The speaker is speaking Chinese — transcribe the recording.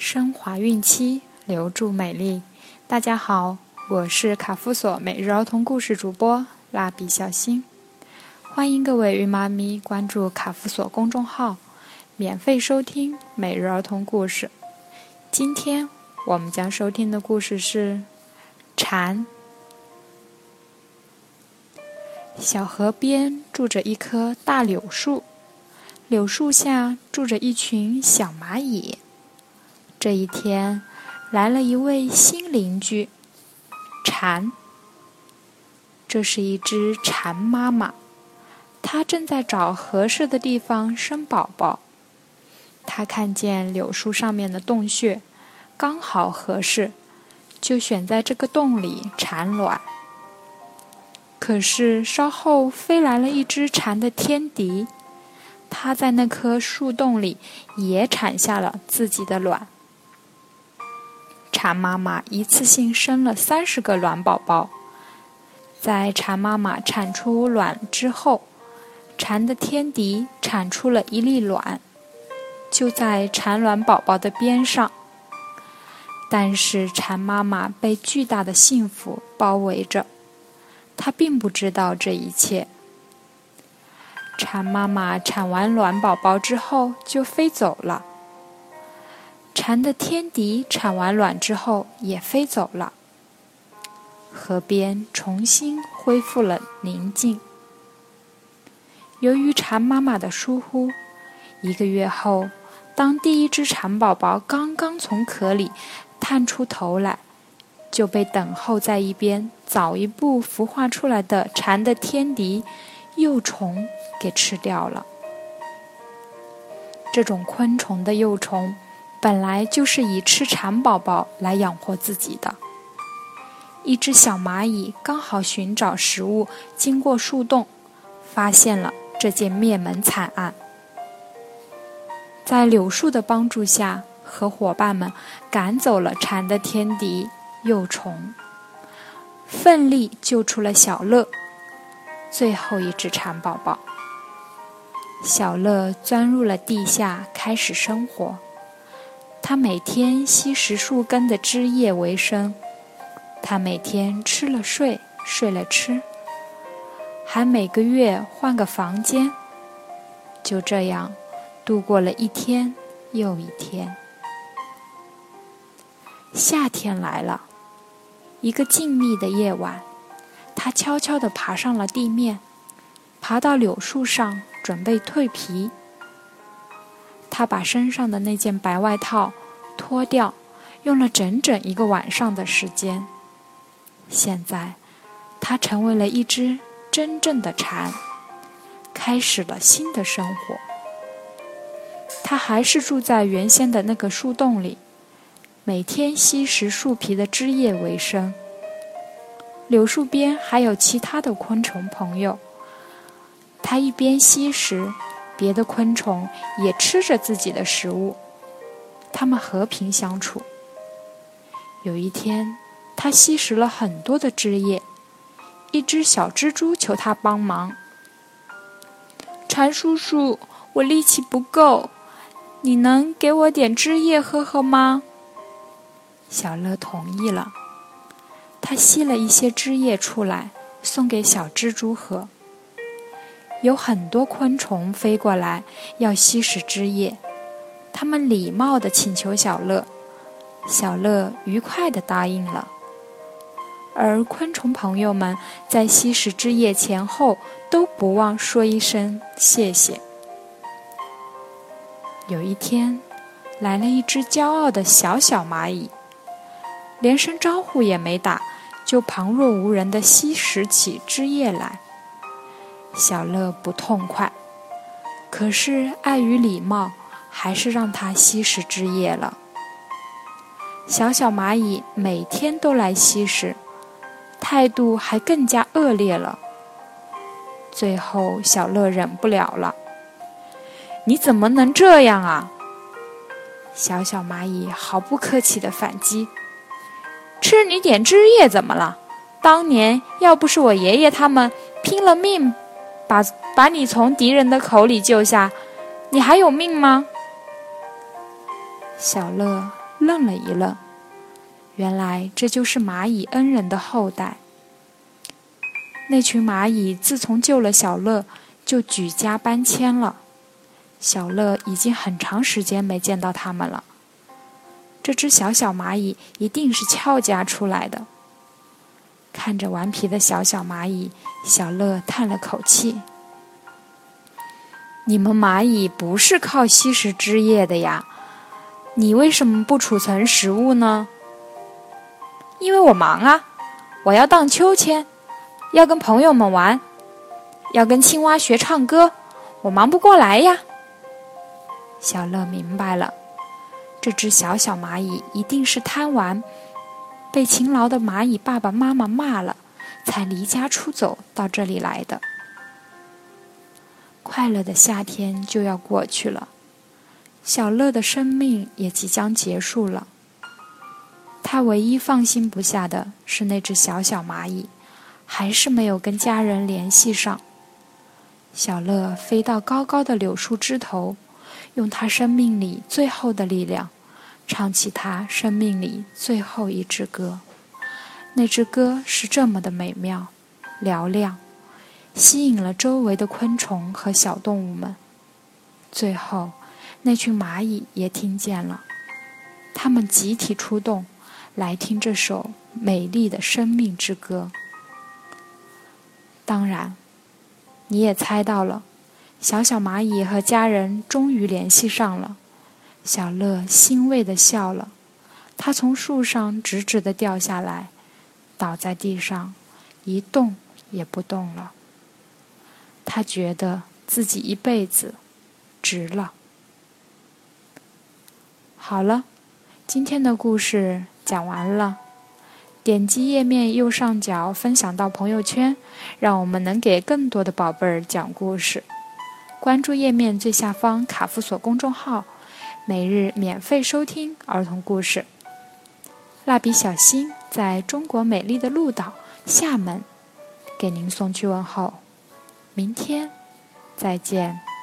升华孕期，留住美丽。大家好，我是卡夫索每日儿童故事主播蜡笔小新，欢迎各位孕妈咪关注卡夫索公众号，免费收听每日儿童故事。今天我们将收听的故事是蝉。小河边住着一棵大柳树，柳树下住着一群小蚂蚁。这一天，来了一位新邻居，蝉。这是一只蝉妈妈，她正在找合适的地方生宝宝。她看见柳树上面的洞穴，刚好合适，就选在这个洞里产卵。可是稍后飞来了一只蝉的天敌，它在那棵树洞里也产下了自己的卵。蝉妈妈一次性生了30个卵宝宝。在蝉妈妈产出卵之后，蝉的天敌产出了一粒卵，就在产卵宝宝的边上。但是蝉妈妈被巨大的幸福包围着，她并不知道这一切。蝉妈妈产完卵宝宝之后就飞走了。蝉的天敌产完卵之后也飞走了。河边重新恢复了宁静。由于蝉妈妈的疏忽，1个月后，当第一只蝉宝宝刚刚从壳里探出头来，就被等候在一边早一步孵化出来的蝉的天敌幼虫给吃掉了。这种昆虫的幼虫本来就是以吃蝉宝宝来养活自己的。一只小蚂蚁刚好寻找食物，经过树洞，发现了这件灭门惨案。在柳树的帮助下，和伙伴们赶走了蝉的天敌幼虫，奋力救出了小乐，最后一只蝉宝宝。小乐钻入了地下，开始生活。他每天吸食树根的枝叶为生，他每天吃了睡，睡了吃，还每个月换个房间。就这样度过了一天又一天。夏天来了，一个静谧的夜晚，他悄悄地爬上了地面，爬到柳树上准备蜕皮。他把身上的那件白外套脱掉，用了整整1个晚上的时间。现在他成为了一只真正的蝉，开始了新的生活。他还是住在原先的那个树洞里，每天吸食树皮的枝叶为生。柳树边还有其他的昆虫朋友，他一边吸食，别的昆虫也吃着自己的食物，它们和平相处。有一天，他吸食了很多的枝叶，一只小蜘蛛求他帮忙。蝉叔叔，我力气不够，你能给我点枝叶喝喝吗？小乐同意了，他吸了一些枝叶出来，送给小蜘蛛喝。有很多昆虫飞过来要吸食枝叶，他们礼貌地请求小乐，小乐愉快地答应了。而昆虫朋友们在吸食枝叶前后都不忘说一声谢谢。有一天，来了一只骄傲的小蚂蚁，连声招呼也没打，就旁若无人地吸食起枝叶来。小乐不痛快，可是碍于礼貌，还是让他吸食枝叶了。小蚂蚁每天都来吸食，态度还更加恶劣了。最后小乐忍不了了，你怎么能这样啊？小蚂蚁毫不客气地反击，吃你点枝叶怎么了？当年要不是我爷爷他们拼了命把你从敌人的口里救下，你还有命吗？小乐愣了一愣，原来这就是蚂蚁恩人的后代。那群蚂蚁自从救了小乐，就举家搬迁了。小乐已经很长时间没见到他们了。这只小蚂蚁一定是俏家出来的。看着顽皮的小蚂蚁，小乐叹了口气：“你们蚂蚁不是靠吸食汁液的呀，你为什么不储存食物呢？”“因为我忙啊，我要荡秋千，要跟朋友们玩，要跟青蛙学唱歌，我忙不过来呀。”小乐明白了，这只小蚂蚁一定是贪玩，被勤劳的蚂蚁爸爸妈妈骂了，才离家出走到这里来的。快乐的夏天就要过去了，小乐的生命也即将结束了。他唯一放心不下的是那只小蚂蚁，还是没有跟家人联系上。小乐飞到高高的柳树枝头，用他生命里最后的力量，唱起他生命里最后一支歌。那支歌是这么的美妙、嘹亮，吸引了周围的昆虫和小动物们。最后，那群蚂蚁也听见了，它们集体出动，来听这首美丽的生命之歌。当然，你也猜到了，小蚂蚁和家人终于联系上了。小乐欣慰地笑了，他从树上直直地掉下来，倒在地上，一动也不动了。他觉得自己一辈子值了。好了，今天的故事讲完了。点击页面右上角分享到朋友圈，让我们能给更多的宝贝儿讲故事。关注页面最下方卡夫所公众号，每日免费收听儿童故事。蜡笔小新在中国美丽的鹭岛厦门给您送去问候，明天再见。